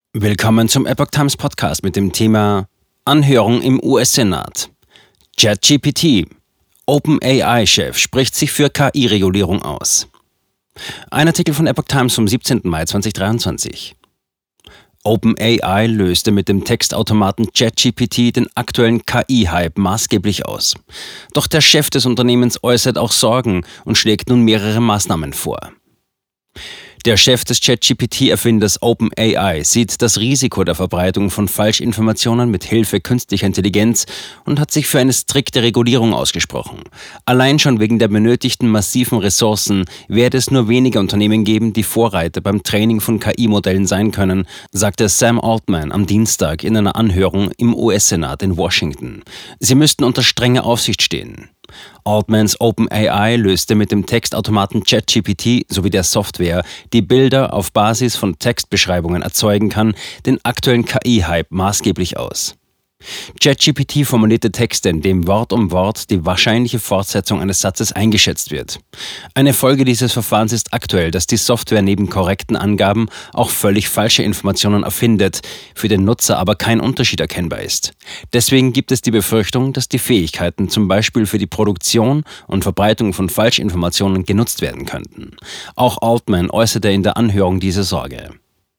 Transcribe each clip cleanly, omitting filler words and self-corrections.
Willkommen zum Epoch Times Podcast mit dem Thema Anhörung im US-Senat. ChatGPT. OpenAI-Chef spricht sich für KI-Regulierung aus. Ein Artikel von Epoch Times vom 17. Mai 2023. OpenAI löste mit dem Textautomaten ChatGPT den aktuellen KI-Hype maßgeblich aus. Doch der Chef des Unternehmens äußert auch Sorgen und schlägt nun mehrere Maßnahmen vor. Der Chef des ChatGPT-Erfinders OpenAI sieht das Risiko der Verbreitung von Falschinformationen mit Hilfe künstlicher Intelligenz und hat sich für eine strikte Regulierung ausgesprochen. Allein schon wegen der benötigten massiven Ressourcen werde es nur wenige Unternehmen geben, die Vorreiter beim Training von KI-Modellen sein können, sagte Sam Altman am Dienstag in einer Anhörung im US-Senat in Washington. Sie müssten unter strenger Aufsicht stehen. Altmans OpenAI löste mit dem Textautomaten ChatGPT sowie der Software, die Bilder auf Basis von Textbeschreibungen erzeugen kann, den aktuellen KI-Hype maßgeblich aus. ChatGPT formulierte Texte, in dem Wort um Wort die wahrscheinliche Fortsetzung eines Satzes eingeschätzt wird. Eine Folge dieses Verfahrens ist aktuell, dass die Software neben korrekten Angaben auch völlig falsche Informationen erfindet, für den Nutzer aber kein Unterschied erkennbar ist. Deswegen gibt es die Befürchtung, dass die Fähigkeiten zum Beispiel für die Produktion und Verbreitung von Falschinformationen genutzt werden könnten. Auch Altman äußerte in der Anhörung diese Sorge.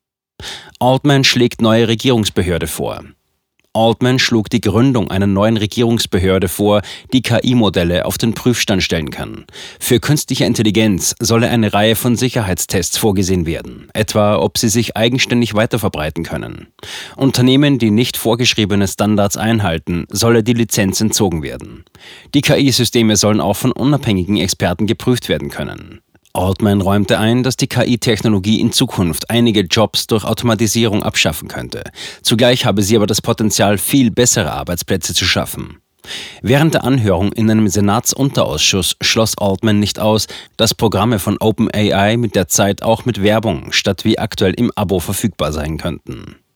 Altman schlägt neue Regierungsbehörde vor. Altman schlug die Gründung einer neuen Regierungsbehörde vor, die KI-Modelle auf den Prüfstand stellen kann. Für künstliche Intelligenz solle eine Reihe von Sicherheitstests vorgesehen werden, etwa ob sie sich eigenständig weiterverbreiten können. Unternehmen, die nicht vorgeschriebene Standards einhalten, solle die Lizenz entzogen werden. Die KI-Systeme sollen auch von unabhängigen Experten geprüft werden können. Altman räumte ein, dass die KI-Technologie in Zukunft einige Jobs durch Automatisierung abschaffen könnte. Zugleich habe sie aber das Potenzial, viel bessere Arbeitsplätze zu schaffen. Während der Anhörung in einem Senatsunterausschuss schloss Altman nicht aus, dass Programme von OpenAI mit der Zeit auch mit Werbung statt wie aktuell im Abo verfügbar sein könnten.